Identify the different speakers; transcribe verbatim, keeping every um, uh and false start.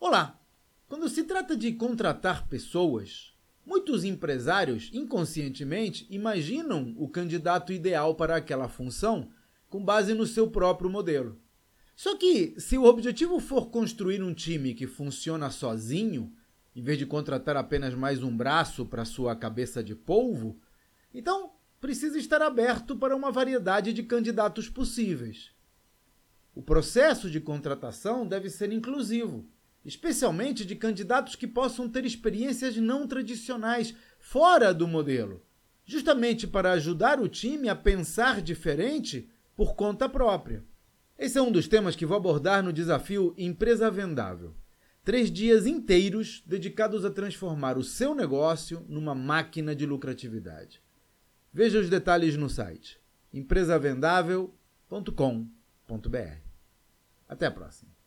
Speaker 1: Olá! Quando se trata de contratar pessoas, muitos empresários, inconscientemente, imaginam o candidato ideal para aquela função com base no seu próprio modelo. Só que, se o objetivo for construir um time que funciona sozinho, em vez de contratar apenas mais um braço para sua cabeça de polvo, então precisa estar aberto para uma variedade de candidatos possíveis. O processo de contratação deve ser inclusivo, especialmente de candidatos que possam ter experiências não tradicionais fora do modelo, justamente para ajudar o time a pensar diferente por conta própria. Esse é um dos temas que vou abordar no desafio Empresa Vendável. Três dias inteiros dedicados a transformar o seu negócio numa máquina de lucratividade. Veja os detalhes no site empresa vendável ponto com ponto br. Até a próxima.